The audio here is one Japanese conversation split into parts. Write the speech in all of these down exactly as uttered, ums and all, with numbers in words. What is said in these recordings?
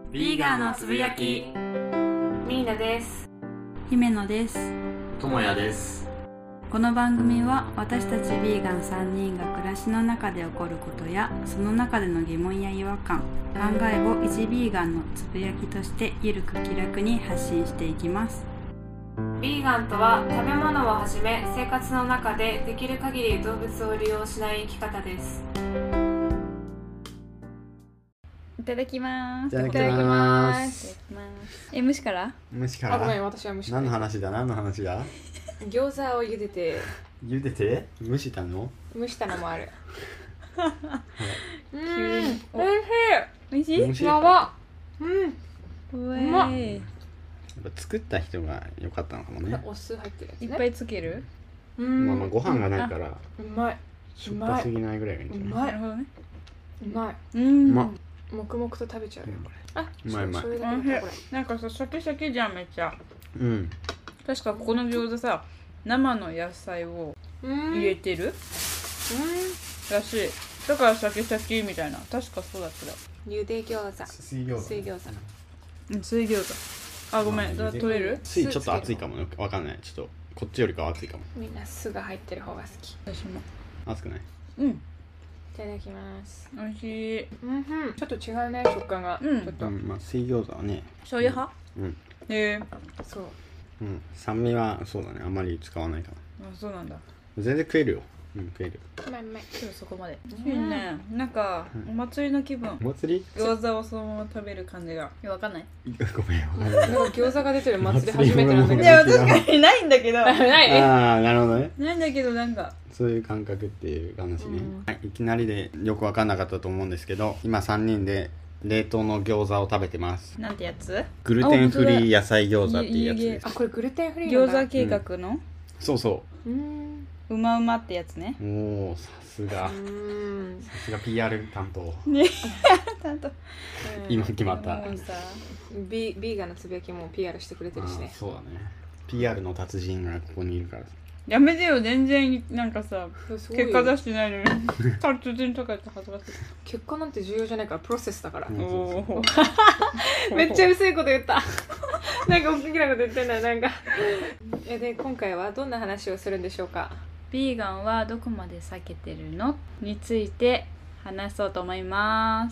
ビーガーのつぶやき。 ミーナです。 姫野です。 ともやです。 この番組は私たちビーガンさんにんが暮らしの中で起こることやその中での疑問や違和感、考えを一ビーガンのつぶやきとしてゆるく気楽に発信していきます。 ビーガンとは食べ物をはじめ生活の中でできる限り動物を利用しない生き方です。 いただきます。 いただきます。 え、虫から虫から。 あ、ごめん、私は虫から。 何の話だ何の話だ。 餃子を茹でて茹でて蒸したの蒸したのもある。う急にん、おいおいしい？ 蒸しやば。うん、 ううまっ。 いやっぱ作った人が良かったのかもね。 お酢入ってるやつね。 いっぱいつける？ うんまあまあご飯がないからうまい。 しょっぱすぎないぐらいがいいんじゃない。 うまないるほどね。 うまい。 うんうまっ。 黙々と食べちゃうよこれ。あ、 うまいうまいそれだけだこれ。 なんかさ、シャキシャキじゃんめっちゃ。 うん確かここの餃子さ、生の野菜をうん入れてるらしい。だからシャキシャキみたいな。確かそうだったよ。 うん。茹で餃子。 水餃子水餃子。 うん、水餃子。あ、ごめん、だ取れる？ 水ちょっと熱いかもね。わかんない。ちょっとこっちよりかは熱いかも。 みんな酢が入ってる方が好き。 私も。 熱くない？ うん、 いただきます。 美味しい。 うんうん。ちょっと違うね、食感が。 うんちょっと。 うんまあ水餃子はね。 醤油派？ うんえー、 そう。 うん酸味はそうだね。あんまり使わないかな。 あ、そうなんだ。 全然食えるよ。うん食える。 うまいうまい。 でもそこまで。 んいいね。なんかお祭りの気分。 お祭り？ 餃子をそのまま食べる感じが。いや、わかんない。 ごめんわかんない。 なんか餃子が出てる祭り初めてなんだけど。 いや確かにないんだけど。 ないああなるほどね。 ないんだけどなんか。 そういう感覚っていう話ね、 うんはい、いきなりでよく分かんなかったと思うんですけど今さんにんで冷凍の餃子を食べてます。 なんてやつ？ グルテンフリー野菜餃子っていうやつです。 あ、これグルテンフリーなんだ。 餃子計画のそうそうーん。 うまうまってやつね。 うおーさすがうーん。 さすが ピーアール 担当ね。ちゃんと。 今決まった。 もうさ、 ビビーガンのつぶやきも ピーアール してくれてるしね。 あーそうだね ピーアール の達人がここにいるからやめてよ、全然なんかさ、 すごい結果出してないのに達人とか言って恥ずかしい。 結果なんて重要じゃないからプロセスだから。 うんおお。 めっちゃ薄いこと言った。なんか大きなこと言ってんだなんか。えで今回はどんな話をするんでしょうか。 ビーガンはどこまで避けてるのについて話そうと思います。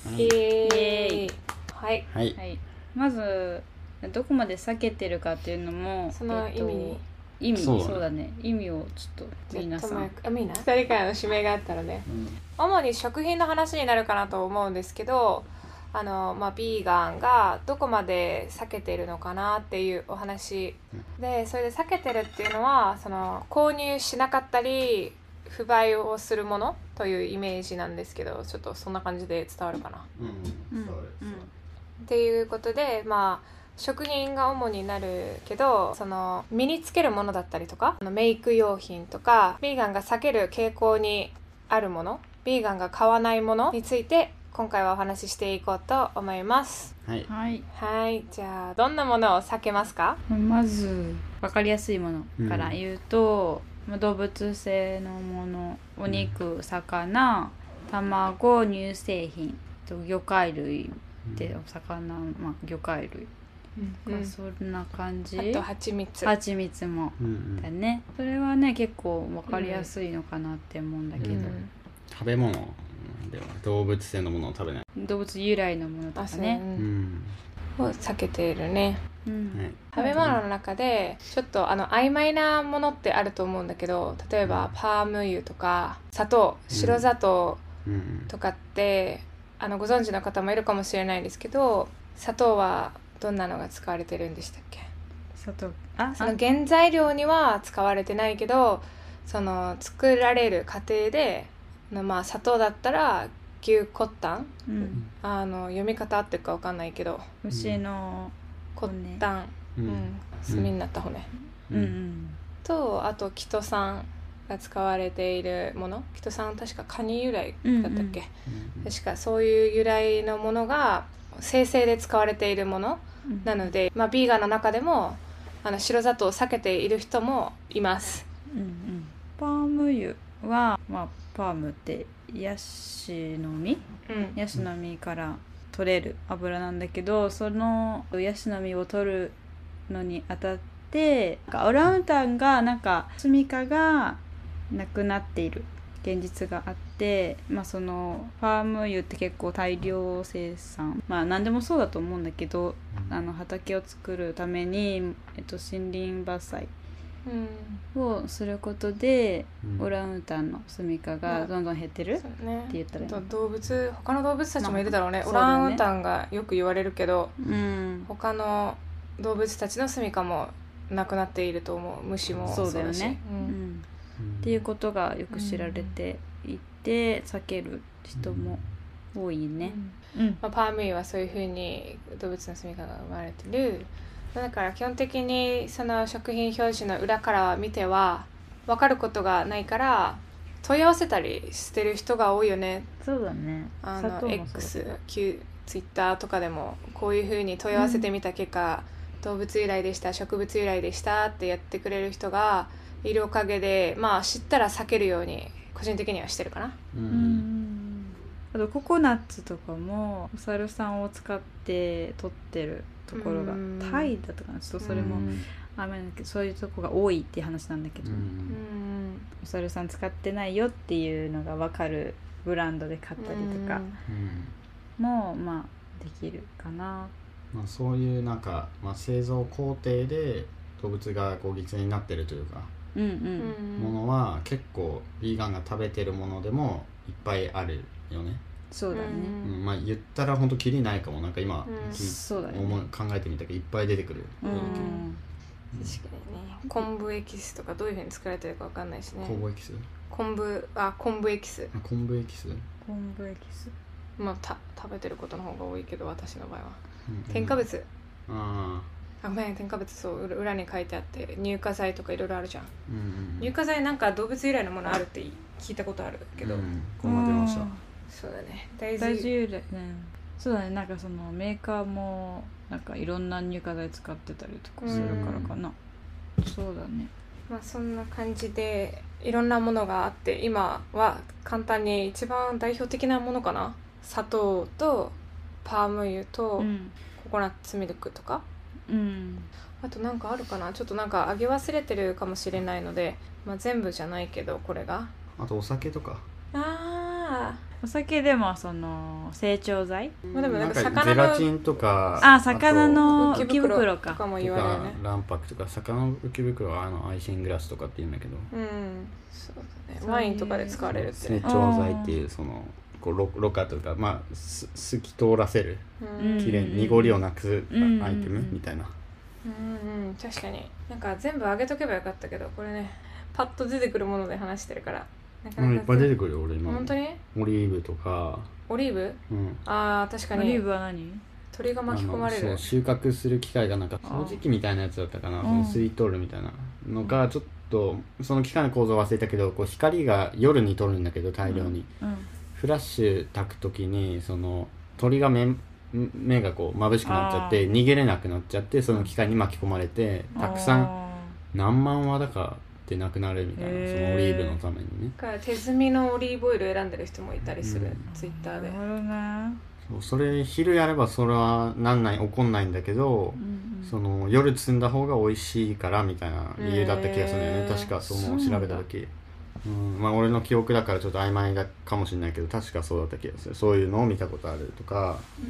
うんイエーイエーイイ。 はいはい。まずどこまで避けてるかっていうのも、 その意味に、 えっと意味そうだねそうだね。意味をちょっと皆さん。 あ、みんなふたりからの指名があったらね、主に食品の話になるかなと思うんですけど、あの、まあ、ビーガンがどこまで避けているのかなっていうお話で、それで避けてるっていうのはその購入しなかったり不買をするものというイメージなんですけど、ちょっとそんな感じで伝わるかな、 うんうんそうっていうことで、まあ食品が主になるけど、その身につけるものだったりとか、あのメイク用品とか、ビーガンが避ける傾向にあるもの、ビーガンが買わないものについて今回はお話ししていこうと思います。 はいはい。 はい、じゃあどんなものを避けますか？ まず分かりやすいものから言うと、まあ動物性のもの、お肉、魚、卵、乳製品と魚介類で、お魚、まあ、魚介類うんがそんな感じ。 あと蜂蜜。 蜂蜜もうんうんだね。それはね結構分かりやすいのかなって思うんだけど、 うん食べ物では動物性のものを食べない、 動物由来のものとあ、そう、 かね。 うんを避けているね。 うんはい食べ物の中でちょっとあの曖昧なものってあると思うんだけど、例えばパーム油とか砂糖、白砂糖うんとかってあのご存知の方もいるかもしれないんですけど、砂糖はどんなのが使われてるんでしたっけ？ 砂糖、あ、 その原材料には使われてないけど、その作られる過程で、まあ砂糖だったら牛骨炭、 うん、 あの読み方合ってるかわかんないけど、 牛の骨骨、 炭、 ううんん、炭になった骨、 うんうんと、あとキトサンが使われているもの、キトサン確かカニ由来だったっけ、 うん確かそういう由来のものが生成で使われているものうんなので、まあ、ビーガンの中でもあの白砂糖を避けている人もいます。 うんうん、パーム油は、まあ、パームってヤシの実うんヤシの実から取れる油なんだけど、そのヤシの実を取るのにあたってオランウータンがなんか住処がなくなっている現実があって、まあ、そのファーム油って結構大量生産、まあ何でもそうだと思うんだけど、あの畑を作るために、えっと、森林伐採をすることで、うん、オランウータンの住処がどんどん減ってる、まあ、って言ったらいいの、 ね、動物他の動物たちもいるだろうね、まあ、オランウータンがよく言われるけど、うん、他の動物たちの住処もなくなっていると思う。虫もそうだし、 そうだよね、うんうんっていうことがよく知られていて、うん、避ける人も多いね、 うんうんまあ、パーム油はそういうふうに動物の住処が生まれてる。だから基本的にその食品表示の裏から見ては分かることがないから問い合わせたりしてる人が多いよね。 そうだね。 あの X、旧 Twitter とかでもこういうふうに問い合わせてみた結果、うん、動物由来でした、植物由来でしたってやってくれる人がいるおかげで、まあ知ったら避けるように個人的にはしてるかな。 うんうんあとココナッツとかもお猿さんを使って取ってるところがタイだとかな、ちょっとそれもあめだけど、そういうとこが多いっていう話なんだけど、うんお猿さん使ってないよっていうのが分かるブランドで買ったりとかもまあできるかな。 まあ、そういうなんか、まあ、製造工程で動物がこう犠牲になってるというか、うんうん、ものは結構ヴィーガンが食べてるものでもいっぱいあるよね。 そうだね、 うんまあ、言ったら本当キリないかも。なんか今、 うん、そうだね、 思い考えてみたけどいっぱい出てくる、 うんうん、確かにね。昆布エキスとかどういう風に作られてるか分かんないしね。 昆布エキス昆布あ昆布エキスあ昆布エキス昆布エキスまあた食べてることの方が多いけど私の場合は、うんうん、添加物ああごめん添加物そう裏に書いてあって乳化剤とかいろいろあるじゃん、うんうん、乳化剤なんか動物由来のものあるって聞いたことあるけど、うん、 この前出ました。 そうだね大豆由来ね。そうだね、なんかそのメーカーもなんかいろんな乳化剤使ってたりとかするからかな、うん、そうだね。 まあそんな感じでいろんなものがあって今は簡単に一番代表的なものかな、砂糖とパーム油とココナッツミルクとか、うん、あとなんかあるかな、ちょっとなんかあげ忘れてるかもしれないので、まあ、全部じゃないけどこれがあとお酒とかあお酒でもその成長剤、 まあ、でもなんか魚のゼラチンとかあ魚の浮き袋かとかも言われるね。 卵白とか魚の浮き袋はあのアイシングラスとかって言うんだけど、 うんそうだね、ワインとかで使われるって、 ね、成長剤っていうそのこう ろ, ろ過とか、まあ、す透き通らせるきれいに濁りをなくすアイテムみたいな。 うんうん、確かになんか全部あげとけばよかったけどこれねパッと出てくるもので話してるからなかなか、うん、 いっぱい出てくるよ俺今。 本当にオリーブとかオリーブ、うん、あー確かにオリーブは何鳥が巻き込まれる。 そう収穫する機械がなんか掃除機みたいなやつだったかな、その吸い取るみたいなのがちょっとその機械の構造忘れたけどこう光が夜に取るんだけど大量に、うんうん、フラッシュ焚く時にその鳥が目目がこう眩しくなっちゃって逃げれなくなっちゃってその機械に巻き込まれてたくさん何万羽だかってなくなるみたいな、そのオリーブのためにね。 から手摘みのオリーブオイル選んでる人もいたりする、うん、ツイッターで。 なるほどね。 そうそれ昼やればそれはなんない起こんないんだけど、うんうん、その夜摘んだ方が美味しいからみたいな理由だった気がするんだよね、確かその調べた時。うんまあ、俺の記憶だからちょっと曖昧だかもしれないけど確かそうだった気がする。そういうのを見たことあるとか、うん、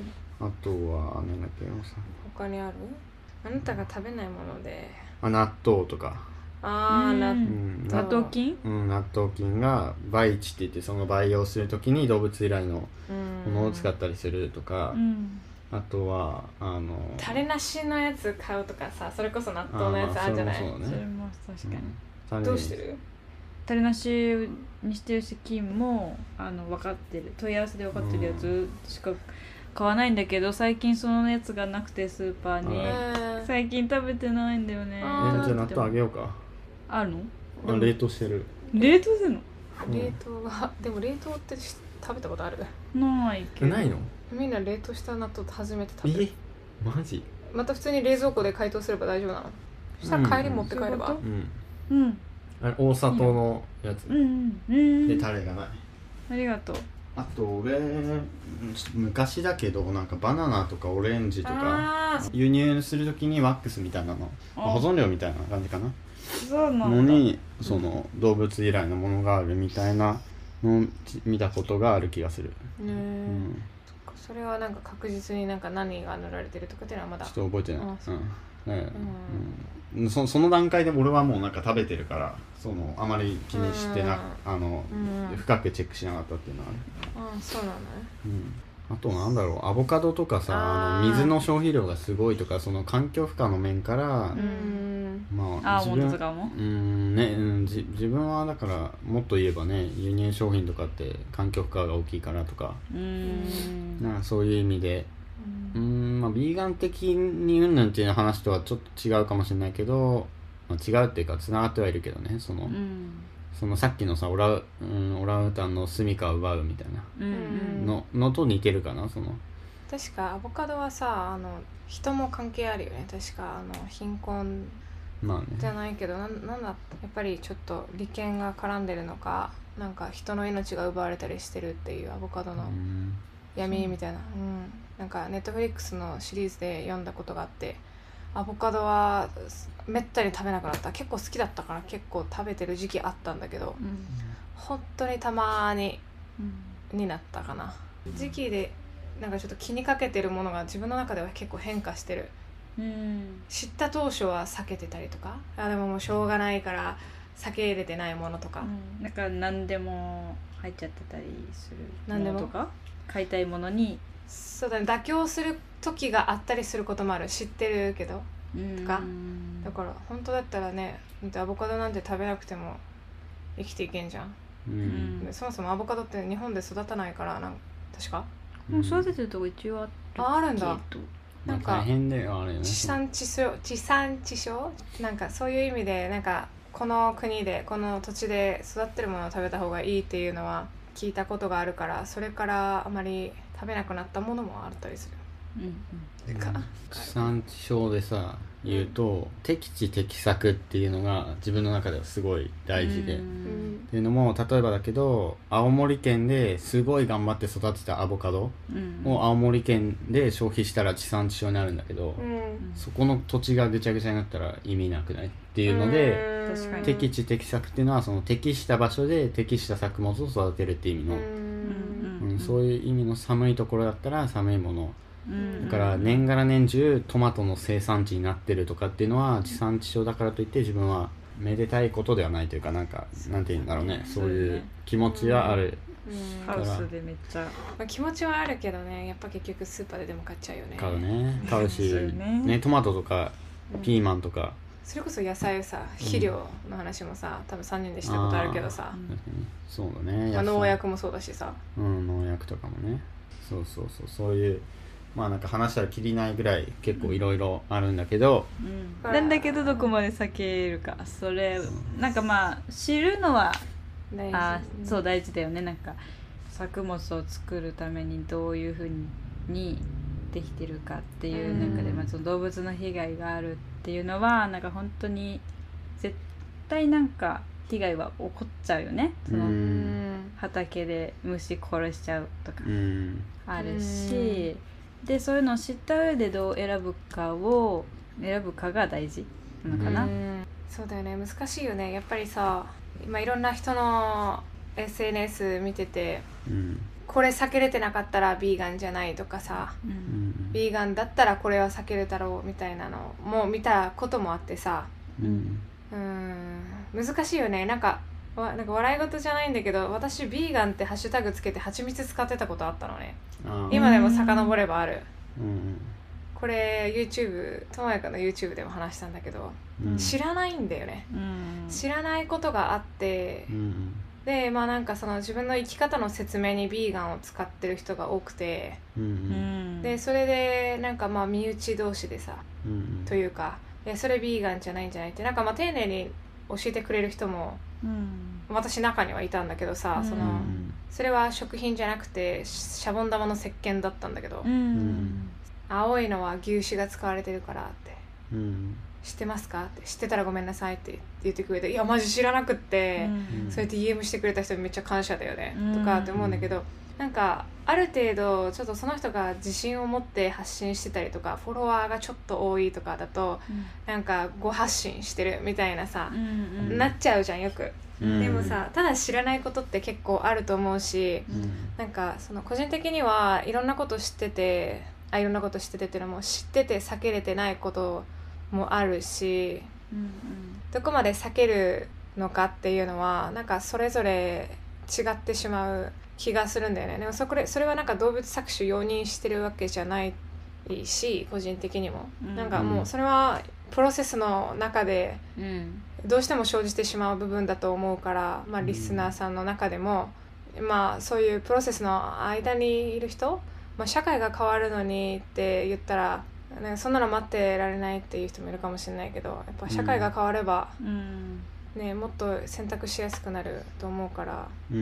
あとは何だっけ他にある？あなたが食べないものであ納豆とかあー、納豆、納豆菌、 うん、納豆菌が培地って言ってその培養するときに動物由来のものを使ったりするとか、うん、あとはあのタレなしのやつ買うとかさ、それこそ納豆のやつあるじゃない。 それもそうね、それも確かに、 うん、どうしてる？ タレなしにしてるし菌もあの分かってる、問い合わせで分かってるやつしか買わないんだけど、最近そのやつがなくてスーパーに最近食べてないんだよね。 えー、じゃあ納豆あげようか。 あるの？ あ冷凍してる。 冷凍するの？ 冷凍は、うん、でも冷凍って食べたことある？ ないけど。 ないの？ みんな冷凍した納豆初めて食べる。 えマジ？ また普通に冷蔵庫で解凍すれば大丈夫なの？そしたら帰り持って帰れば、 うん、うん、 あれ大砂糖のやつ、 うんうん、 でタレがない。 ありがとう。 あと俺昔だけどなんかバナナとかオレンジとか輸入するときにワックスみたいなの保存料みたいな感じかなそうなんだのにその動物由来のものがあるみたいなのを見たことがある気がする。 ね、うん、それはなんか確実になんか何が塗られてるとかっていうのはまだちょっと覚えてない。 あそう、 うんねうん、そ, その段階で俺はもうなんか食べてるからそのあまり気にしてな、うん、あの、うん、深くチェックしなかったっていうのはある。 あそうなのね、 うん、あとなんだろうアボカドとかさあの水の消費量がすごいとかその環境負荷の面から、うん、まあアーモンドとかもうんね、うん、じ自分はだからもっと言えばね輸入商品とかって環境負荷が大きいからとかうんなんかそういう意味でうーんまあビーガン的にうんぬんっていう話とはちょっと違うかもしれないけど、まあ、違うっていうかつながってはいるけどねその、うん、そのさっきのさオラウ、うん、オランウータンの住処を奪うみたいなの、うん、のと似てるかなその確かアボカドはさあの人も関係あるよね確かあの貧困まあねじゃないけどな, なんだやっぱりちょっと利権が絡んでるのかなんか人の命が奪われたりしてるっていうアボカドの闇みたいな、うん、なんかネットフリックスのシリーズで読んだことがあってアボカドはめったに食べなくなった結構好きだったから結構食べてる時期あったんだけど、うん、本当にたまに、うん、になったかな時期でなんかちょっと気にかけてるものが自分の中では結構変化してる、うん、知った当初は避けてたりとかあでももうしょうがないから避け入れてないものとか、 うん、なんか何でも入っちゃってたりするものとか買いたいものにそうだね妥協する時があったりすることもある知ってるけどとかだから本当だったらねアボカドなんて食べなくても生きていけんじゃん、うん、そもそもアボカドって日本で育たないからなん確かもう育ててるとこ一応あるああるんだなんか大変だよあれね地産地消地産地消なんかそういう意味でなんかこの国でこの土地で育ってるものを食べた方がいいっていうのは聞いたことがあるからそれからあまり食べなくなったものもあったりする、うんうん、か地産地消でさ言うと、うん、適地適作っていうのが自分の中ではすごい大事で、うん、っていうのも例えばだけど青森県ですごい頑張って育てたアボカドを青森県で消費したら地産地消になるんだけど、うん、そこの土地がぐちゃぐちゃになったら意味なくないっていうので、うん、適地適作っていうのはその適した場所で適した作物を育てるっていう意味の、うんうん、そういう意味の寒いところだったら寒いものだから年がら年中トマトの生産地になってるとかっていうのは地産地消だからといって自分はめでたいことではないというかなんかなんていうんだろうねそういう気持ちはある、 うん、ハウスでめっちゃ、 まあ、気持ちはあるけどねやっぱ結局スーパーででも買っちゃうよね買うね買うしね、ねトマトとかピーマンとか、うん、 それこそ野菜さ肥料の話もさ、うん、多分さんにんでしたことあるけどさ、うん、 そうだね、 まあ、農薬もそうだしさうん農薬とかもねそうそうそうそういうまあなんか話したらきりないぐらい結構いろいろあるんだけど、 うん、なんだけどどこまで避けるかそれなんかまあ知るのは大事、あそう大事だよねなんか作物を作るためにどういうふうにできてるかっていう中で、まあ、その動物の被害があるっていうのはなんか本当に絶対なんか被害は起こっちゃうよねその畑で虫殺しちゃうとかあるしでそういうのを知った上でどう選ぶかを選ぶかが大事なのかな。 うんそうだよね難しいよねやっぱりさ今いろんな人の エスエヌエス 見てて、うん、これ避けれてなかったらビーガンじゃないとかさ、うん、ビーガンだったらこれは避けるだろうみたいなのも見たこともあってさ、うん、うん難しいよねなんかわなんか笑い事じゃないんだけど私ビーガンってハッシュタグつけて蜂蜜使ってたことあったのね今でも遡ればある、うん、これ YouTube ともやかの YouTube でも話したんだけど、うん、知らないんだよね、うん、知らないことがあって、うん、でまあなんかその自分の生き方の説明にビーガンを使ってる人が多くて、うん、でそれでなんかまあ身内同士でさ、うん、というかいやそれビーガンじゃないんじゃないってなんかまあ丁寧に教えてくれる人も、うん、私中にはいたんだけどさ、うん、そのそれは食品じゃなくてシャボン玉の石鹸だったんだけど、うん、青いのは牛脂が使われてるからって、うん、知ってますかって知ってたらごめんなさいって言ってくれていやマジ知らなくって、うん、そうやって ディーエム してくれた人めっちゃ感謝だよね、うん、とかって思うんだけどなんかある程度ちょっとその人が自信を持って発信してたりとかフォロワーがちょっと多いとかだと、うん、なんかご発信してるみたいなさ、うんうん、なっちゃうじゃんよく、うん、でもさただ知らないことって結構あると思うし、うん、なんかその個人的にはいろんなこと知っててあいろんなこと知っててっていうのも知ってて避けれてないこともあるし、うんうん、どこまで避けるのかっていうのはなんかそれぞれ違ってしまう気がするんだよね。でもそこでそれはなんか動物搾取容認してるわけじゃないし個人的にも、うん、なんかもうそれはプロセスの中でどうしても生じてしまう部分だと思うから、まあ、リスナーさんの中でも、まあ、そういうプロセスの間にいる人、まあ、社会が変わるのにって言ったらなんかそんなの待ってられないっていう人もいるかもしれないけどやっぱ社会が変われば、うんね、もっと選択しやすくなると思うから、うん、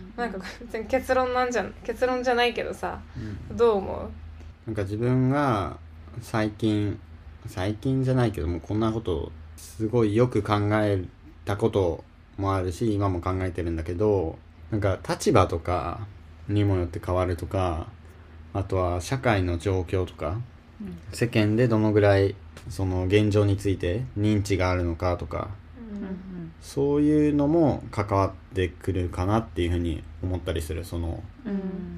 なんか別に結論なんじゃ結論じゃないけどさ、うん、どう思う？ なんか自分が最近最近じゃないけどもこんなことをすごいよく考えたこともあるし今も考えてるんだけどなんか立場とかにもよって変わるとかあとは社会の状況とか、うん、世間でどのぐらいその現状について認知があるのかとか、うんそういうのも関わってくるかなっていうふうに思ったりするその、うん、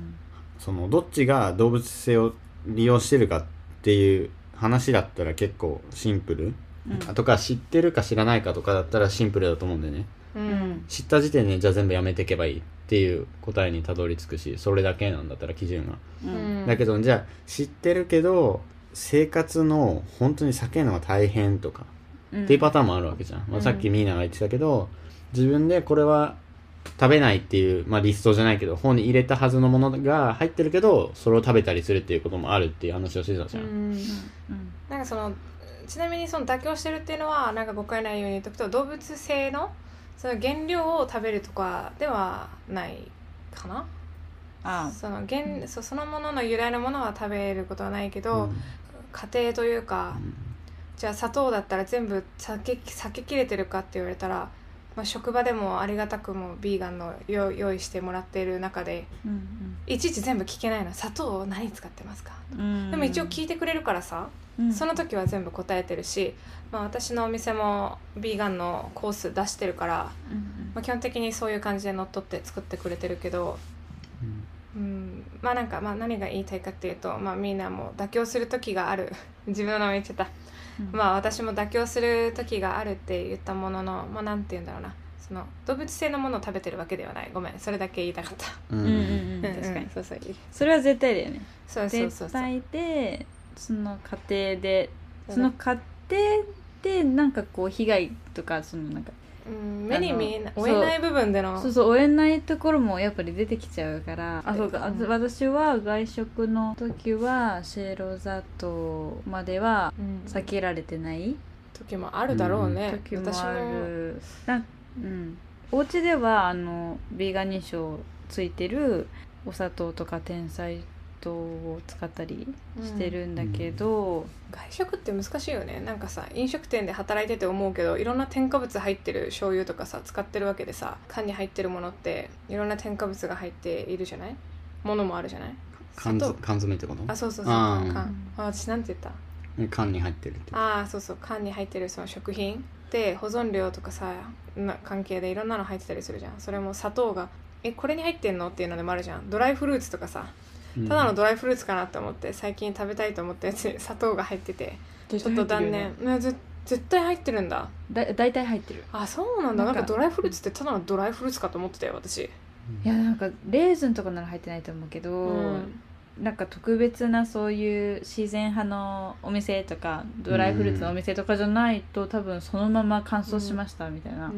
そのどっちが動物性を利用してるかっていう話だったら結構シンプル、うん、とか知ってるか知らないかとかだったらシンプルだと思うんだよね、うん、知った時点でじゃあ全部やめていけばいいっていう答えにたどり着くしそれだけなんだったら基準が、うん、だけどじゃあ知ってるけど生活の本当に避けるのが大変とかっていうパターンもあるわけじゃん、まあ、さっきミーナが言ってたけど、うん、自分でこれは食べないっていう、まあ、リストじゃないけど本に入れたはずのものが入ってるけどそれを食べたりするっていうこともあるっていう話をしてたじゃん、うん、 なんかそのちなみにその妥協してるっていうのはなんか誤解ないように言っとくと動物性のその原料を食べるとかではないかなああその原、うん、そ, そのものの由来のものは食べることはないけど、うん、家庭というか、うんじゃあ砂糖だったら全部避け、避けきれてるかって言われたら、まあ、職場でもありがたくもビーガンの用意してもらっている中で、うんうん、いちいち全部聞けないの砂糖何使ってますか、うん、でも一応聞いてくれるからさ、うん、その時は全部答えてるし、まあ、私のお店もビーガンのコース出してるから、うんうんまあ、基本的にそういう感じで乗っ取って作ってくれてるけど、うんうん、まあなんかまあ何が言いたいかっていうと、まあ、みんなも妥協する時がある自分の名前言っちゃったまあ私も妥協する時があるって言ったものの、まあなんて言うんだろうな、その動物性のものを食べてるわけではない。ごめん、それだけ言いたかった。うんうんうん、 確かにそうそう。それは絶対だよね。そうそうそうそう。絶対でその家庭でその家庭でなんかこう被害とかそのなんか。 うん、目に見えない追えない部分でのそうそう追えないところもやっぱり出てきちゃうからあそうか、うん、私は外食の時は白砂糖までは避けられてない、うん、 時もあるだろうね、 うん、時もあるな、うん、お家ではあのビーガン認証ついてるお砂糖とか天才糖を使ったりしてるんだけど、うん、 外食って難しいよね。なんかさ飲食店で働いてて思うけどいろんな添加物入ってる醤油とかさ使ってるわけでさ缶に入ってるものっていろんな添加物が入っているじゃないものもあるじゃない缶詰ってことあそうそうそう缶あ私なんて言った缶に入ってるってあそうそう缶に入ってるその食品で保存料とかさな関係でいろんなの入ってたりするじゃん。それも砂糖がえこれに入ってんのっていうのでもあるじゃん。ドライフルーツとかさただのドライフルーツかなって思って最近食べたいと思ったやつに砂糖が入っててちょっと断念絶対入ってるんだだ大体入ってるあそうなんだなんかドライフルーツってただのドライフルーツかと思ってたよ私。いやなんかレーズンとかなら入ってないと思うけど、うん、なんか特別なそういう自然派のお店とかドライフルーツのお店とかじゃないと、うん、多分そのまま乾燥しましたみたいなの、うん、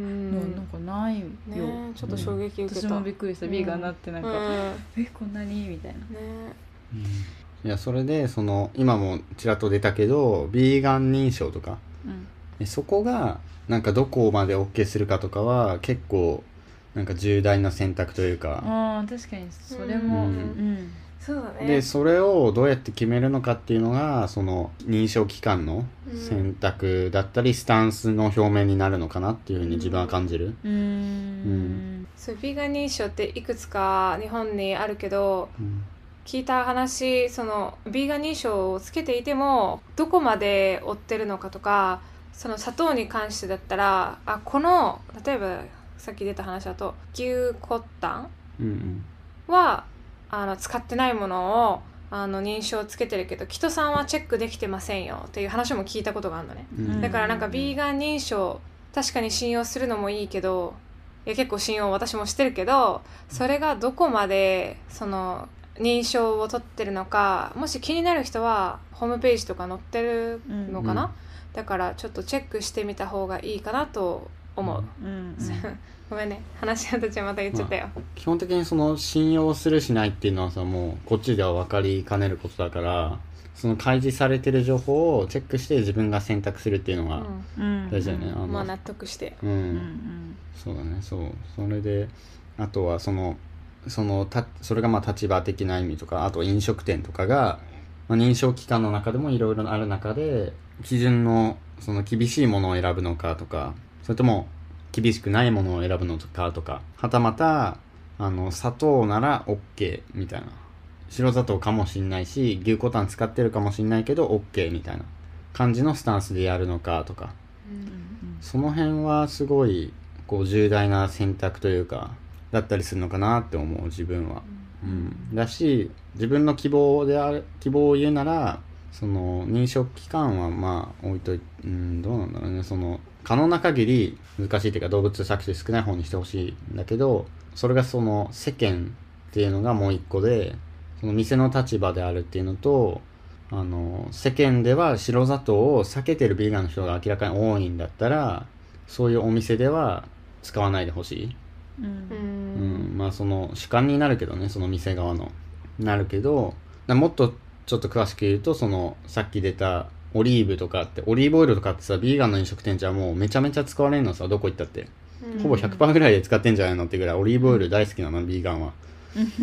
なんかないよ、 ね、ちょっと衝撃受けた、 うん、私もびっくりした、ビーガンになってなんか、うん、えこんなにみたいな、ねうん、いやそれでその今もちらっと出たけどビーガン認証とか、うん、そこがなんかどこまで OK するかとかは結構なんか重大な選択というかあ確かにそれも、うんうん、 そうだね。 でそれをどうやって決めるのかっていうのがその認証機関の選択だったり、うん、スタンスの表明になるのかなっていうふうに自分は感じる。 うん、うん、 そうビーガン認証っていくつか日本にあるけど、うん、聞いた話、そのビーガン認証をつけていてもどこまで追ってるのかとか、その砂糖に関してだったら、あこの例えばさっき出た話だと牛骨丹は、うんうん、あの使ってないものをあの認証つけてるけどキトサンはチェックできてませんよっていう話も聞いたことがあるのね、うん、だからなんかビーガン認証確かに信用するのもいいけど、いや結構信用私もしてるけど、それがどこまでその認証を取ってるのか、もし気になる人はホームページとか載ってるのかな、うん、だからちょっとチェックしてみた方がいいかなと思う、うんうん、ごめんね話の途中また言っちゃったよ、 まあ、基本的にその信用するしないっていうのはさ、もうこっちでは分かりかねることだから、その開示されてる情報をチェックして自分が選択するっていうのが大事だよね、うんうん、 あのまあ納得して、 うんうん、そうだね。そうそれであとはそのそのたそれがまあ立場的な意味とか、あと飲食店とかが、まあ、認証機関の中でもいろいろある中で基準のその厳しいものを選ぶのかとか、それとも厳しくないものを選ぶのかとか、はたまたあの砂糖なら OK みたいな、白砂糖かもしんないし牛骨丹使ってるかもしんないけど OK みたいな感じのスタンスでやるのかとか、うんうんうん、その辺はすごいこう重大な選択というかだったりするのかなって思う自分は、うんうん、だし自分の希望である希望を言うなら、その認証機関はまあ置いといて、うん、どうなんだろうね、その可能な限り難しいというか動物搾取少ない方にしてほしいんだけど、それがその世間っていうのがもう一個で、その店の立場であるっていうのと、あの世間では白砂糖を避けてるビーガンの人が明らかに多いんだったら、そういうお店では使わないでほしい、うんうん、まあその主観になるけどね、その店側のなるけど、もっとちょっと詳しく言うと、そのさっき出たオリーブとかって、オリーブオイルとかってさ、ビーガンの飲食店じゃもうめちゃめちゃ使われるのさ、どこ行ったって、うん、ほぼ ひゃくパーセント ぐらいで使ってんじゃないのってぐらいオリーブオイル大好きなの、ビーガンは、うん、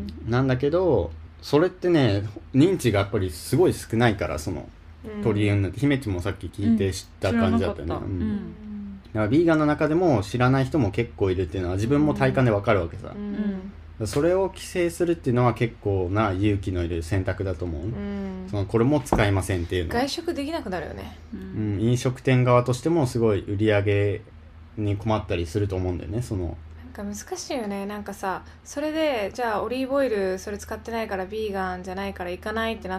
なんだけどそれってね、認知がやっぱりすごい少ないから、その鳥居云って姫地もさっき聞いて知った感じだったよね、うんうん、だからビーガンの中でも知らない人も結構いるっていうのは自分も体感でわかるわけさ、うんうん、それを規制するっていうのは結構な勇気のいる選択だと思う、うん、そのこれも使いませんっていうのは外食できなくなるよね、 うん、飲食店側としてもすごい売り上げに困ったりすると思うんだよね。そのなんか難しいよね。なんかさ、それでじゃあオリーブオイルそれ使ってないからビーガンじゃないから行かないってなって、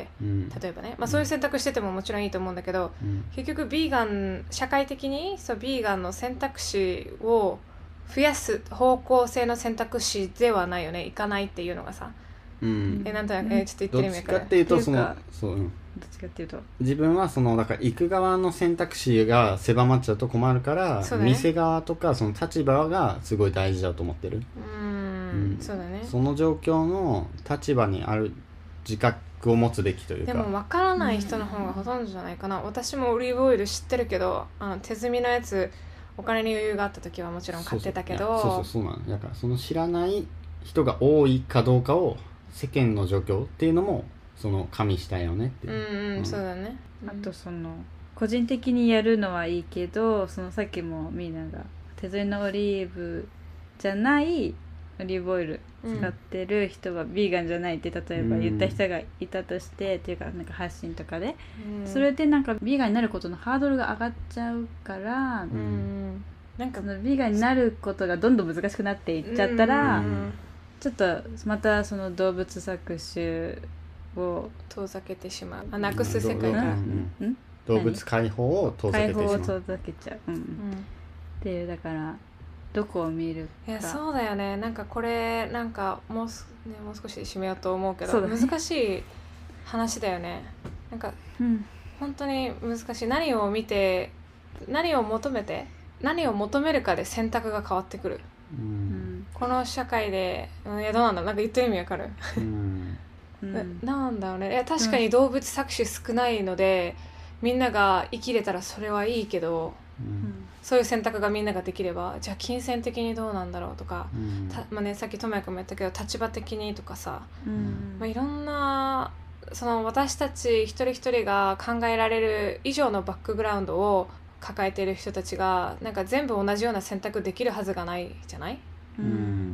うん、例えばね、まあ、そういう選択しててももちろんいいと思うんだけど、うん、結局ビーガン社会的にそうビーガンの選択肢を増やす方向性の選択肢ではないよね、行かないっていうのがさ、うん、えなんとなく、えちょっと言ってる意味からどっちかっていうとそのそう、うん、 どっちかっていうと自分はそのだから行く側の選択肢が狭まっちゃうと困るから、ね、店側とかその立場がすごい大事だと思ってる。 うん、うん、そうだね。 その状況の立場にある自覚を持つべきというか。 でも分からない人の方がほとんどじゃないかな、うん、私もオリーブオイル知ってるけど、あの手摘みのやつお金に余裕があった時はもちろん買ってたけど、 そうそうそうなの。だからその知らない人が多いかどうかを世間の状況っていうのもその加味したいよねっていう。 うんうん、うん、そうだね。 あとその個人的にやるのはいいけど、そのさっきもみんなが手摘みのオリーブじゃないオリーブオイル使ってる人はビーガンじゃないって例えば言った人がいたとして、うん、っていうかなんか発信とかで、うん、それでなんかビーガンになることのハードルが上がっちゃうから、うん、なんかそのビーガンになることがどんどん難しくなっていっちゃったら、うん、ちょっとまたその動物搾取を遠ざけてしまう、あなくす世界から、うんうん、動物解放を遠ざけてしまう、 解放を遠ざけちゃう、うんうん、っていうだからどこを見るか。 いやそうだよね。なんかこれなんかもう、ね、もう少しで締めようと思うけど、ね、難しい話だよね。なんか、うん、本当に難しい。何を見て何を求めて何を求めるかで選択が変わってくる、うん、この社会で、うん、いやどうなんだろう、なんか言ってる意味わかる、うんうん、なんだろうね。いや確かに動物搾取少ないので、うん、みんなが生きれたらそれはいいけど、 うん、 そういう選択がみんなができれば、じゃあ金銭的にどうなんだろうとか、 うんたまあね、さっきともやくんも言ったけど立場的にとかさ、 うんまあ、いろんなその私たち一人一人が考えられる以上のバックグラウンドを抱えている人たちがなんか全部同じような選択できるはずがないじゃない？ うん、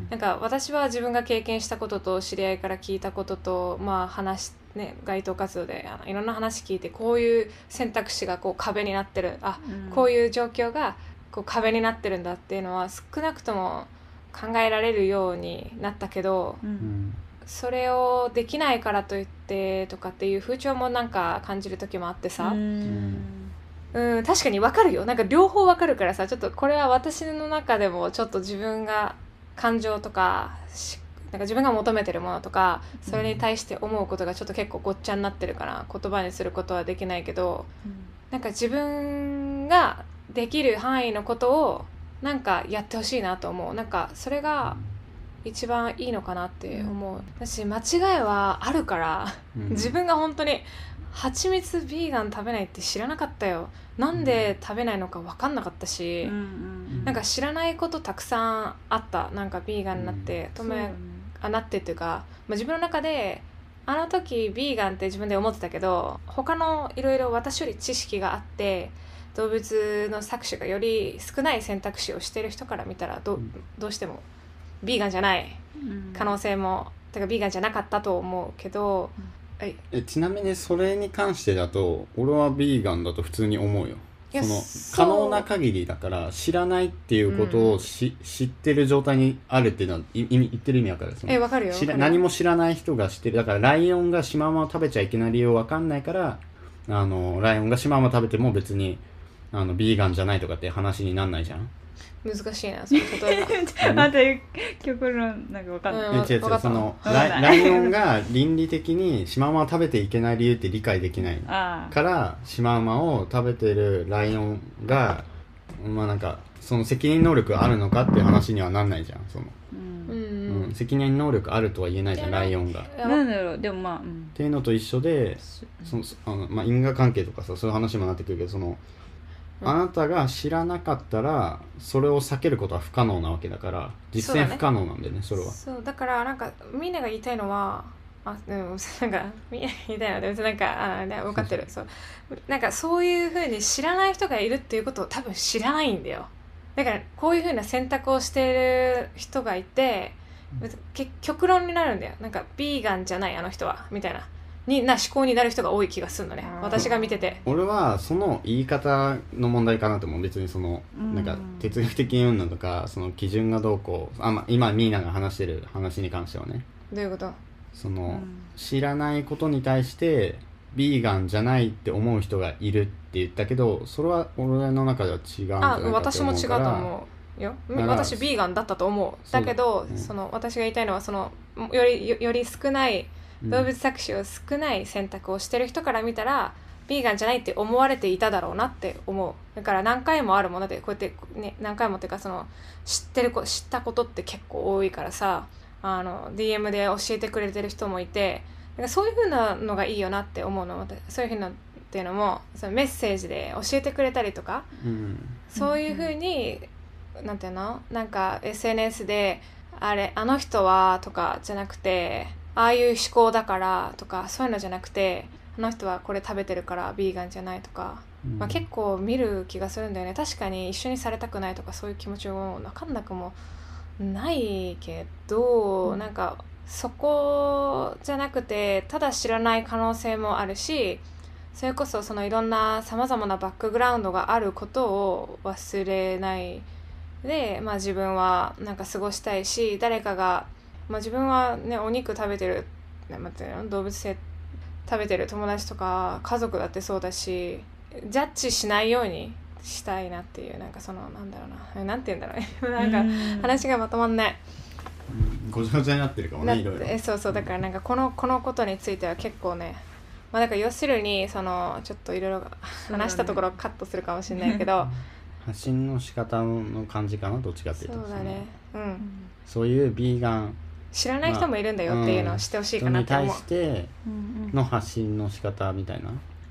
なんか私は自分が経験したことと知り合いから聞いたことと、まあ話ね、街頭活動であのいろんな話聞いて、こういう選択肢がこう壁になってる、あ、 うんこういう状況がこう壁になってるんだっていうのは少なくとも考えられるようになったけど、 ううんんそれをできないからといってとかっていう風潮もなんか感じる時もあってさ、 うんうん、確かに分かるよ。なんか両方分かるからさ、ちょっとこれは私の中でもちょっと自分が感情とかしなんか自分が求めてるものとかそれに対して思うことがちょっと結構ごっちゃになってるから言葉にすることはできないけど、なんか自分ができる範囲のことをなんかやってほしいなと思う。なんかそれが一番いいのかなって思う。私間違いはあるから、 うん、 自分が本当に蜂蜜ビーガン食べないって知らなかったよ。なんで食べないのか分かんなかったし、 うんうんなんか知らないことたくさんあった。なんかビーガンになって、 うんとめあなってっていうか、まあ、自分の中であの時ビーガンって自分で思ってたけど、他のいろいろ私より知識があって動物の搾取がより少ない選択肢をしてる人から見たら ど, どうしてもビーガンじゃない可能性も、てかビーガンじゃなかったと思うけど、はい、 えちなみにそれに関してだと俺はビーガンだと普通に思うよ。 いやそのそう可能な限りだから知らないっていうことをし、うん、知ってる状態にあるっていうのは意味言ってる意味わかる？そのえわかるよ。 知ら何も知らない人が知ってる。だからライオンがシマウマを食べちゃいけない理由わかんないから、あのライオンがシマウマ食べても別にあのビーガンじゃないとかって話になんないじゃん。 難しいなその例えまた極論なんか分かんない、 うんえ違う違うそのライラライオンが倫理的にシマウマを食べていけない理由って理解できないああからシマウマを食べてるライオンがまあなんかその責任能力あるのかっていう話にはなんないじゃん。その、 ううんんうん、責任能力あるとは言えないじゃんライオンが。っなんだろうでもまあ、うん、 ていうのと一緒でそのあの、まあ、因果関係とかさそういう話もなってくるけど、そのあなたが知らなかったらそれを避けることは不可能なわけだから実践不可能なんだよね。それはそうだからなんかみんなが言いたいのはあでもなんかみんなが言いたいのは別になんかあ、ね、分かってるそうなんかそういう風に知らない人がいるっていうことを多分知らないんだよ。だからこういう風な選択をしている人がいて極論になるんだよ。なんかビーガンじゃないあの人はみたいなにな思考になる人が多い気がするのね、私が見てて。 俺はその言い方の問題かなと思う。別にそのなんか哲学的に言うのとかその基準がどうこうあ、まあ、今ミーナが話してる話に関してはね、 どういうこと？ その、 うん、 知らないことに対してビーガンじゃないって思う人がいるって言ったけど、それは俺の中では違うんじゃないかと思うから。 あ、私も違うと思うよ。私ビーガンだったと思う。だけど、うん、その私が言いたいのはそのよりより少ない動物搾取を少ない選択をしてる人から見たら、うん、ビーガンじゃないって思われていただろうなって思う。だから何回もあるものでこうやって、ね、何回もっていうかその知ってる知ったことって結構多いからさ、あの ディーエム で教えてくれてる人もいて、なんかそういう風なのがいいよなって思うの。そういう風なっていうのもそのメッセージで教えてくれたりとか、 うん、 そういう風に、うん、なんていうのなんか エスエヌエス であれあの人はとかじゃなくて、ああいう思考だからとかそういうのじゃなくて、あの人はこれ食べてるからビーガンじゃないとか、うんまあ、結構見る気がするんだよね。確かに一緒にされたくないとかそういう気持ちも分かんなくもないけど、うん、なんかそこじゃなくてただ知らない可能性もあるし、それこそそのいろんなさまざまなバックグラウンドがあることを忘れないで、まあ、自分はなんか過ごしたいし、誰かがまあ、自分はねお肉食べてる、待ってよ、動物性食べてる友達とか家族だってそうだし、ジャッジしないようにしたいなっていう、なんかそのなんだろうな、なんて言うんだろうねなんか話がまとまんない、 うん、ごちゃごちゃになってるかもね、いろいろ。 えそうそうだからなんかこのこのことについては結構ね、まあ、だから要するにそのちょっといろいろ話したところカットするかもしれないけど、 発信の仕方の感じかな、どっちかっていうと。 そうだね、うん、 そういうビーガン知らない人もいるんだよっていうのを知ってほしいかなって思う、 まあうん、人に対しての発信の仕方みたいな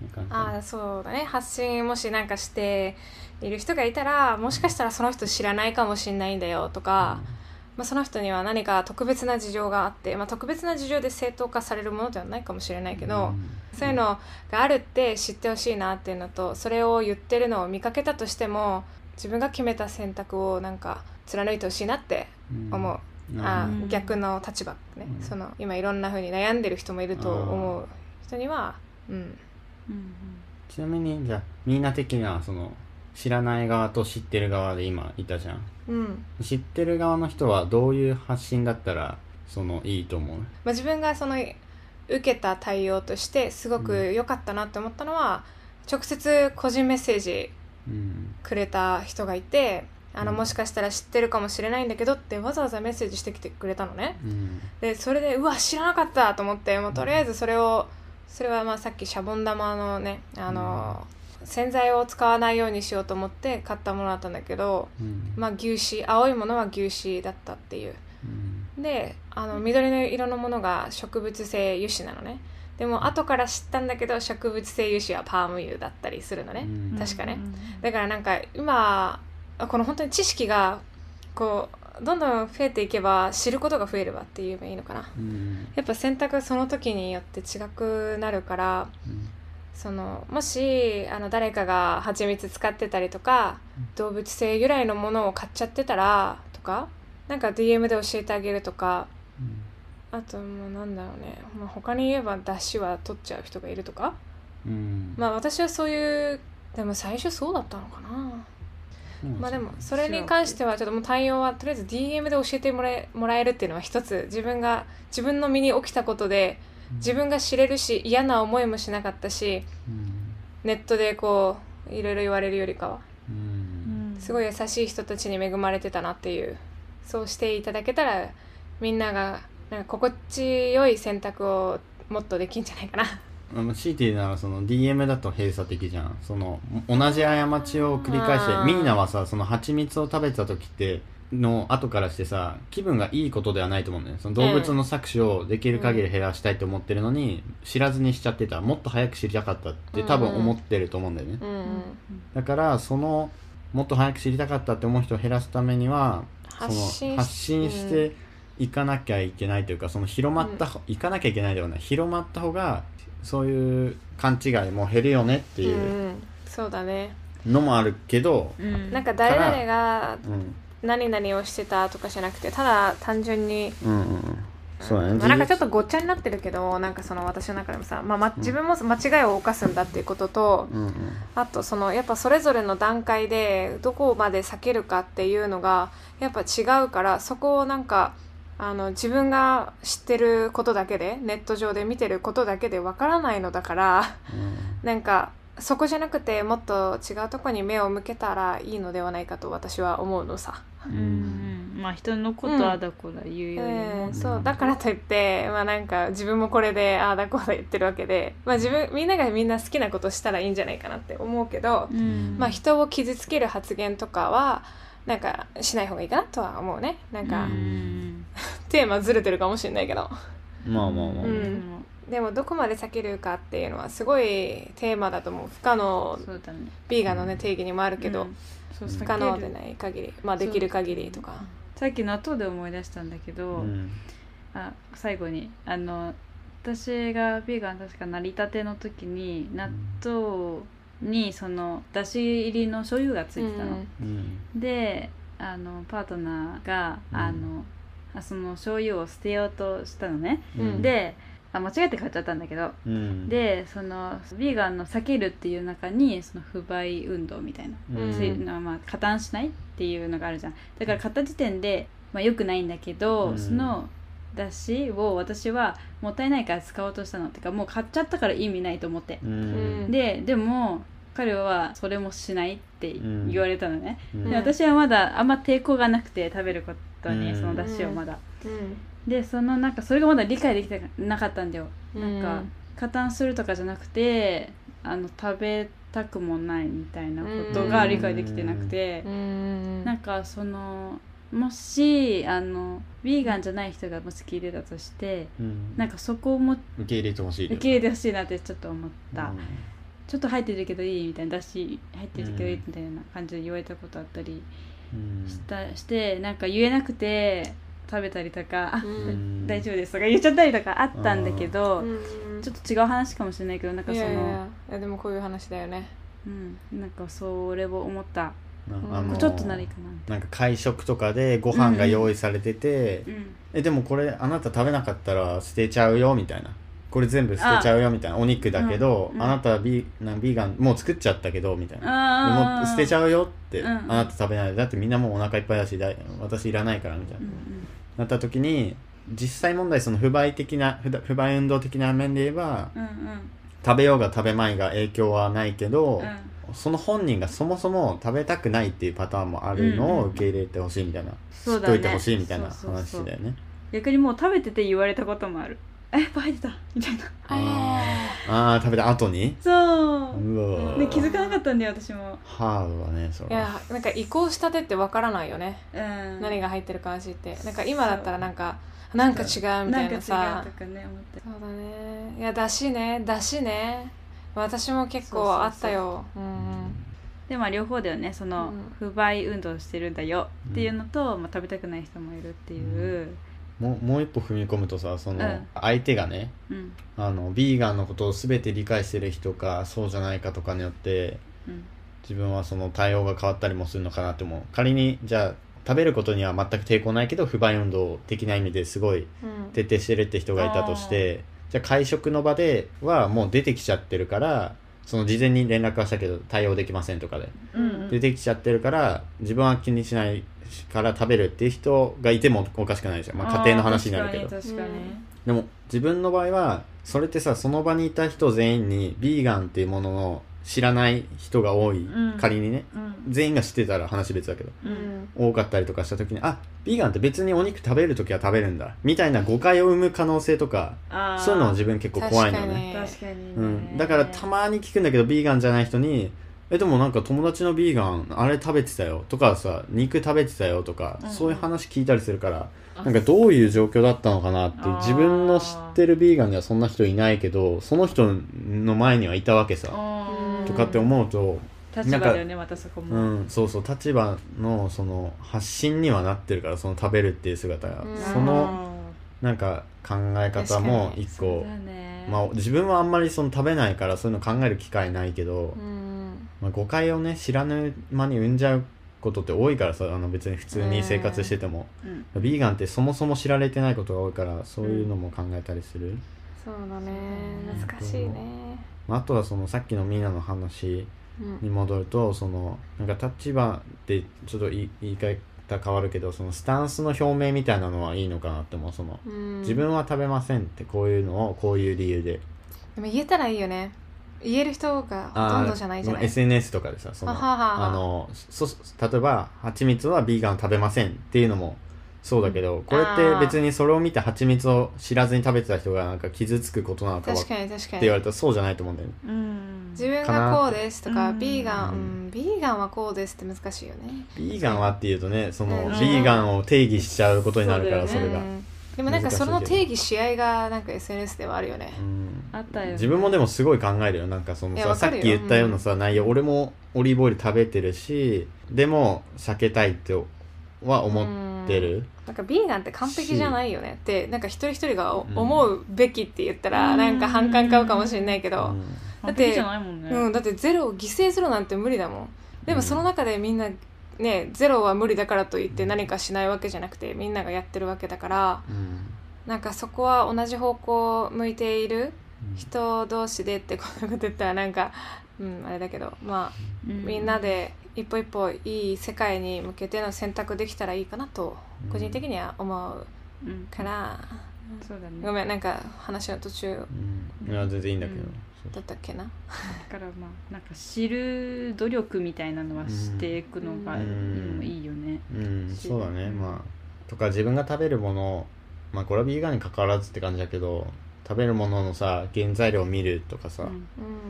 ああそうだね、発信もしなんかしている人がいたら、もしかしたらその人知らないかもしれないんだよとか、うん、まあ、その人には何か特別な事情があって、まあ、特別な事情で正当化されるものではないかもしれないけど、うん、そういうのがあるって知ってほしいなっていうのと、それを言ってるのを見かけたとしても自分が決めた選択をなんか貫いてほしいなって思う、うん、あ、うん、逆の立場ね、うん、その今いろんな風に悩んでる人もいると思う人には、うんうんうん、ちなみにじゃあみんな的にはその知らない側と知ってる側で今いたじゃん、うん、知ってる側の人はどういう発信だったらそのいいと思う？まあ、自分がその受けた対応としてすごく良かったなって思ったのは、うん、直接個人メッセージくれた人がいて、うん、あのもしかしたら知ってるかもしれないんだけどってわざわざメッセージしてきてくれたのね、うん、でそれでうわ知らなかったと思って、もうとりあえずそれをそれはまあさっきシャボン玉のねあの、うん、洗剤を使わないようにしようと思って買ったものだったんだけど、うん、まあ牛脂、青いものは牛脂だったっていう、うん、であの緑の色のものが植物性油脂なのね。でも後から知ったんだけど植物性油脂はパーム油だったりするのね、うん、確かね。だからなんか今この本当に知識がこうどんどん増えていけば知ることが増えればって言えばいいのかな、うん、やっぱ選択その時によって違くなるから、うん、そのもしあの誰かが蜂蜜使ってたりとか、うん、動物性由来のものを買っちゃってたらとか、なんか ディーエム で教えてあげるとか、うん、あともうなんだろうね、まあ、他に言えば出汁は取っちゃう人がいるとか、うん、まあ私はそういう、でも最初そうだったのかな。まあでもそれに関してはちょっともう対応はとりあえず ディーエム で教えてもらえ、もらえるっていうのは一つ自分が自分の身に起きたことで自分が知れるし嫌な思いもしなかったし、うん、ネットでこういろいろ言われるよりかは、うん、すごい優しい人たちに恵まれてたなっていう、そうしていただけたらみんながなんか心地よい選択をもっとできるんじゃないかな。 強いて言うならその ディーエム だと閉鎖的じゃん。その同じ過ちを繰り返して、ミーナはさその蜂蜜を食べてた時っての後からしてさ気分がいいことではないと思うんだよ。その動物の搾取をできる限り減らしたいと思ってるのに、うん、知らずにしちゃってた、もっと早く知りたかったって多分思ってると思うんだよね、うんうん、だからそのもっと早く知りたかったって思う人を減らすためには発信その発信していかなきゃいけないというか、その広まった、うん、いかなきゃいけないではない、広まった方がそういう勘違いも減るよねっていう、うん、 そうだねのもあるけど、 うん、なんか誰々が何々をしてたとかじゃなくて、ただ単純に、うんうん、そうだね、まあ、なんかちょっとごっちゃになってるけど、なんかその私の中でもさ、まあま、自分も間違いを犯すんだっていうことと、うんうん、あとそのやっぱそれぞれの段階でどこまで避けるかっていうのがやっぱ違うから、そこをなんかあの自分が知ってることだけでネット上で見てることだけでわからないのだから、うん、なんかそこじゃなくてもっと違うところに目を向けたらいいのではないかと私は思うのさ。 うん、まあ人のことはだこだ言うよりも、うんえー、そうだからといって、まあ、なんか自分もこれでああだこうだ言ってるわけで、まあ、自分みんながみんな好きなことしたらいいんじゃないかなって思うけど、うん、まあ、人を傷つける発言とかはなんかしない方がいいかなとは思うね。なんか、うん、テーマずれてるかもしれないけど、 まあまあまあ、うん 、でもどこまで避けるかっていうのはすごいテーマだと思う。不可能、 そうだね、 ビーガンの、ね、定義にもあるけど、うん、そう不可能でない限り、まあ、できる限りとか。 さっき納豆で思い出したんだけど、うん、あ最後にあの私がビーガン確か成り立ての時に納豆にそのだし入りの醤油がついてたの、うん、であのパートナーが、うん、あのその醤油を捨てようとしたのね、うん、であ間違えて買っちゃったんだけど、うん、でそのビーガンの避けるっていう中にその不買運動みたいな、うん、まあ、加担しないっていうのがあるじゃん。だから買った時点で、まあ、良くないんだけど、うん、そのだしを私はもったいないから使おうとしたのってか、もう買っちゃったから意味ないと思って、うん、ででも彼はそれもしないって言われたのね、うん、で私はまだあんま抵抗がなくて食べることに、うん、そのだしをまだ、うん、でそのなんかそれがまだ理解できてなかったんだよ、うん、なんか加担するとかじゃなくてあの食べたくもないみたいなことが理解できてなくて、うん、なんかそのもしあのビーガンじゃない人がもし聞いてたとして、うん、なんかそこも受け入れてほしい受け入れてほしいなってちょっと思った、うん、 ちょっと入ってるけどいいみたいな、だし入ってるけどいいみたいな感じで言われたことあったりした、うん、してなんか言えなくて食べたりとか、あ、うん、大丈夫ですとか言っちゃったりとかあったんだけど、うん、ちょっと違う話かもしれないけど、なんかそのいやいやいやでもこういう話だよね、 うん、なんかそれを思った、あのー、ちょっと何かななんか会食とかでご飯が用意されてて、うんうん、えでもこれあなた食べなかったら捨てちゃうよみたいな、これ全部捨てちゃうよみたいな、お肉だけど、うんうん、あなたはビー、ビーガンもう作っちゃったけどみたいな、でも捨てちゃうよって、うん、あなた食べないで、だってみんなもうお腹いっぱいだし私いらないからみたいな、うんうん、なった時に実際問題その不買的な不買運動的な面で言えば、うんうん、食べようが食べまいが影響はないけど、うん、その本人がそもそも食べたくないっていうパターンもあるのを受け入れてほしいみたいな、うんうん、知っといてほしいみたいな話だよね。そうそうそう、 逆にもう食べてて言われたこともある、え、やっぱ入ってたみたいな、 ああ食べた後にそううわで気づかなかったんだよ私も。 ハードだねそれ。 いやなんか移行したてってわからないよね、うん、何が入ってるか味って。なんか今だったらなんかなんか違うみたいなさ、 なんか違うとかね思って。 そうだね。いやだしねだしね私も結構あったよ。そうそうそう、うん、 でも両方だよね、その、うん、不買運動してるんだよっていうのと、うんまあ、食べたくない人もいるっていう、 うん、も, もう一歩踏み込むとさ、その、うん、相手がね、うん、あのビーガンのことを全て理解してる人かそうじゃないかとかによって、うん、自分はその対応が変わったりもするのかなって思う。仮にじゃあ食べることには全く抵抗ないけど不買運動的な意味ですごい徹底してるって人がいたとして、うん、じゃあ会食の場ではもう出てきちゃってるから、その事前に連絡はしたけど対応できませんとかで、うんうん、出てきちゃってるから自分は気にしないから食べるっていう人がいてもおかしくないじゃん、まあ、家庭の話になるけど。 確かに確かに。 でも自分の場合はそれってさ、その場にいた人全員にビーガンっていうものの知らない人が多い、うん、仮にね、うん、全員が知ってたら話別だけど、うん、多かったりとかした時に、あ、ビーガンって別にお肉食べる時は食べるんだみたいな誤解を生む可能性とか、そういうのは自分結構怖いのね。 確かに、 うん、だからたまに聞くんだけどビーガンじゃない人に、えでもなんか友達のビーガンあれ食べてたよとかさ、肉食べてたよとか、うん、そういう話聞いたりするから、なんかどういう状況だったのかなって、自分の知ってるビーガンではそんな人いないけどその人の前にはいたわけさとかって思うと、 立場だよねまたそこも、 うん、そうそう、立場のその発信にはなってるから、その食べるっていう姿が、そのなんか考え方も一個、ね、まあ自分はあんまりその食べないからそういうの考える機会ないけど、うんまあ、誤解をね知らぬ間に生んじゃうことって多いからさ、あの別に普通に生活してても、うん、ビーガンってそもそも知られてないことが多いから、そういうのも考えたりする、うん、 そうだね、難しいね。 あとはそのさっきのみんなの話に戻ると、うん、そのなんか立場ってちょっと言い方変わるけど、そのスタンスの表明みたいなのはいいのかなって思う。その、うん、自分は食べませんってこういうのをこういう理由で、 でも言えたらいいよね。言える人がほとんどじゃないじゃない。 エスエヌエス とかでさ、そのはははあのそ例えば蜂蜜はビーガン食べませんっていうのもそうだけど、これって別にそれを見て蜂蜜を知らずに食べてた人がなんか傷つくことなのか確かに確かにって言われたらそうじゃないと思うんだよね。 うん、自分がこうですとか、ビーガン、うん、ビーガンはこうですって難しいよね。 ビーガンはっていうとね、その、うん、ビーガンを定義しちゃうことになるから、それが、うん、 でもなんかその定義し合いがなんか エスエヌエス ではあるよね、うん、 あったよね。 自分もでもすごい考えるよ。なんかそのさ、さっき言ったようなさ、うん、内容、俺もオリーブオイル食べてるし、でも避けたいっては思ってる、うん、 なんかビーガンって完璧じゃないよねってなんか一人一人が思うべきって言ったらなんか反感買うかもしれないけど、うん、だって、うん、だってゼロを犠牲するなんて無理だもん。でもその中でみんなね、ゼロは無理だからといって何かしないわけじゃなくてみんながやってるわけだから、うん、なんかそこは同じ方向を向いている人同士でってこんなこと言ったらなんか、うん、あれだけど、まあ、うん、みんなで一歩一歩いい世界に向けての選択できたらいいかなと個人的には思うから、うん、そうだね、ごめんなんか話の途中、 うん、いや全然いいんだけど、うん、 だったっけな。だからまあなんか知る努力みたいなのはしていくのがいいよね。 うん、うん、そうだね。まあとか自分が食べるもの、まあこれはビーガンに関わらずって感じだけど、食べるもののさ原材料を見るとかさ、うん、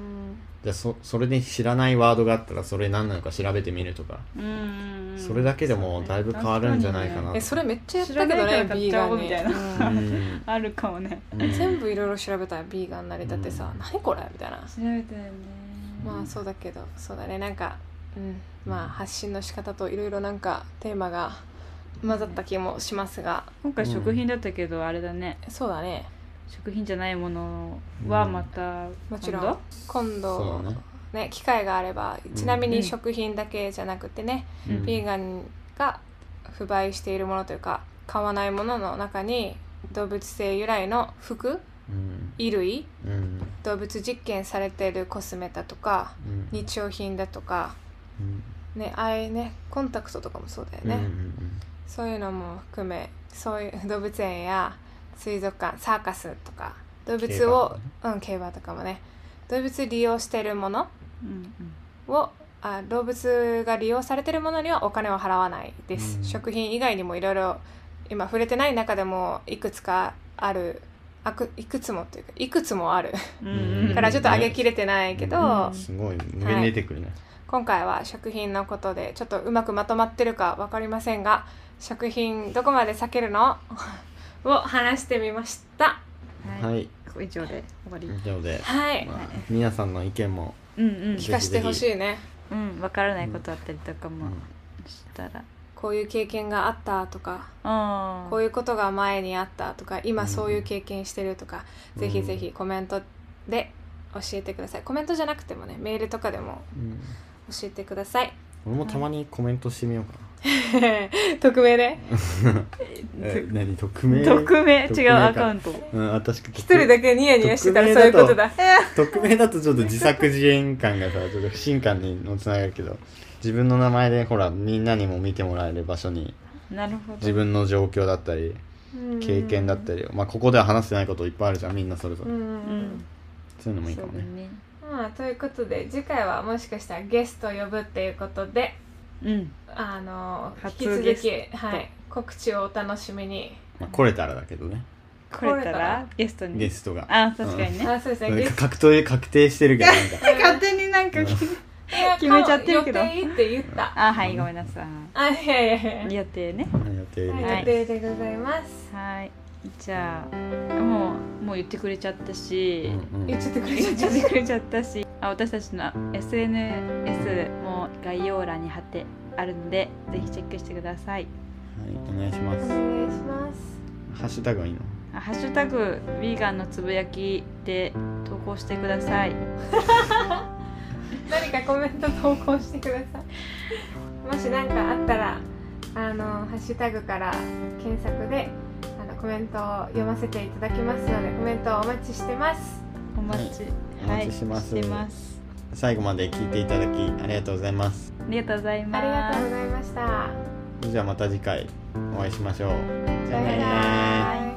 じゃあ そ, それで知らないワードがあったらそれ何なのか調べてみるとか、 うんうんうん、 それだけでもだいぶ変わるんじゃないかな、 えそれめっちゃやったけどねビーガンに、 うん、あるかもね、 うん、全部いろいろ調べたらビーガンになりたってさ、うん、何これみたいな調べたよね。 まあそうだけどそうだねなんか、うん、まあ発信の仕方といろいろなんかテーマが混ざった気もしますが、 今回食品だったけどあれだね、 うん、そうだね食品じゃないものはまた、 うん、もちろん今度ね、ね機会があればちなみに食品だけじゃなくてね、うん、ビーガンが不買しているものというか買わないものの中に動物性由来の服、うん、衣類、うん、動物実験されているコスメだとか、うん、日用品だとか、うんね、あれねコンタクトとかもそうだよね、うんうんうん、そういうのも含めそういう動物園や水族館サーカスとか動物を競馬、ねうん、競馬とかもね動物利用しているものを、うんうん、あ動物が利用されているものにはお金を払わないです、うん、食品以外にもいろいろ今触れてない中でもいくつかあるあくいくつもというかいくつもある、うん、からちょっと上げきれてないけど、 うん、すごい無限に出てくるね、はい、 今回は食品のことでちょっとうまくまとまってるか分かりませんが食品どこまで避けるのを話してみました。 はい。 以上で終わり。 以上で。 はい。 まあ、皆さんの意見も、 うんうん、 聞かせてほしいね。 うん、分からないことあったりとかもしたら、うん、 こういう経験があったとか、うん、こういうことが前にあったとか、今そういう経験してるとか、うん、ぜひぜひコメントで教えてください。コメントじゃなくてもね、メールとかでも教えてください。 俺もたまにコメントしてみようかな。 匿名でえ何匿名匿名違うアカウント、 うん、私一人だけニヤニヤしてたらそういうことだ。 匿名だとちょっと自作自演感がさちょっと不信感につながるけど自分の名前でほらみんなにも見てもらえる場所になるほど自分の状況だったり経験だったり、まあ、ここでは話してないこといっぱいあるじゃんみんなそれぞれ、うんうん、そういうのもいいかもね。 まあ、ということで次回はもしかしたらゲストを呼ぶっていうことで、うん、あの引き続き、はい、告知をお楽しみに、 まあ、来れたらだけどね来れたらゲストにゲストがあ確かにね、 うん、あそうですね確定確定してるけどなんか勝手になんか、うん、決めちゃってるけど予定って言ったあはいごめんなさいあいやいやいや予定ね予定で、 はい、予定でございますはいじゃあもうもう言ってくれちゃったし、 うんうん、言っちゃってくれちゃった言っちゃってくれちゃったしあ私たちの エスエヌエス も概要欄に貼ってあるのでぜひチェックしてください。 はいお願いします。 お願いします。 ハッシュタグはいいの？ あハッシュタグヴィーガンのつぶやきで投稿してください。 何かコメント投稿してください。もし何かあったらあのハッシュタグから検索であのコメントを読ませていただきますのでコメントをお待ちしてます。 お待ち、 はい、お待ちしてます。 してます。 最後まで聞いていただきありがとうございます。 ありがとうございます。 ありがとうございました。 じゃあまた次回お会いしましょう。 じゃあねー。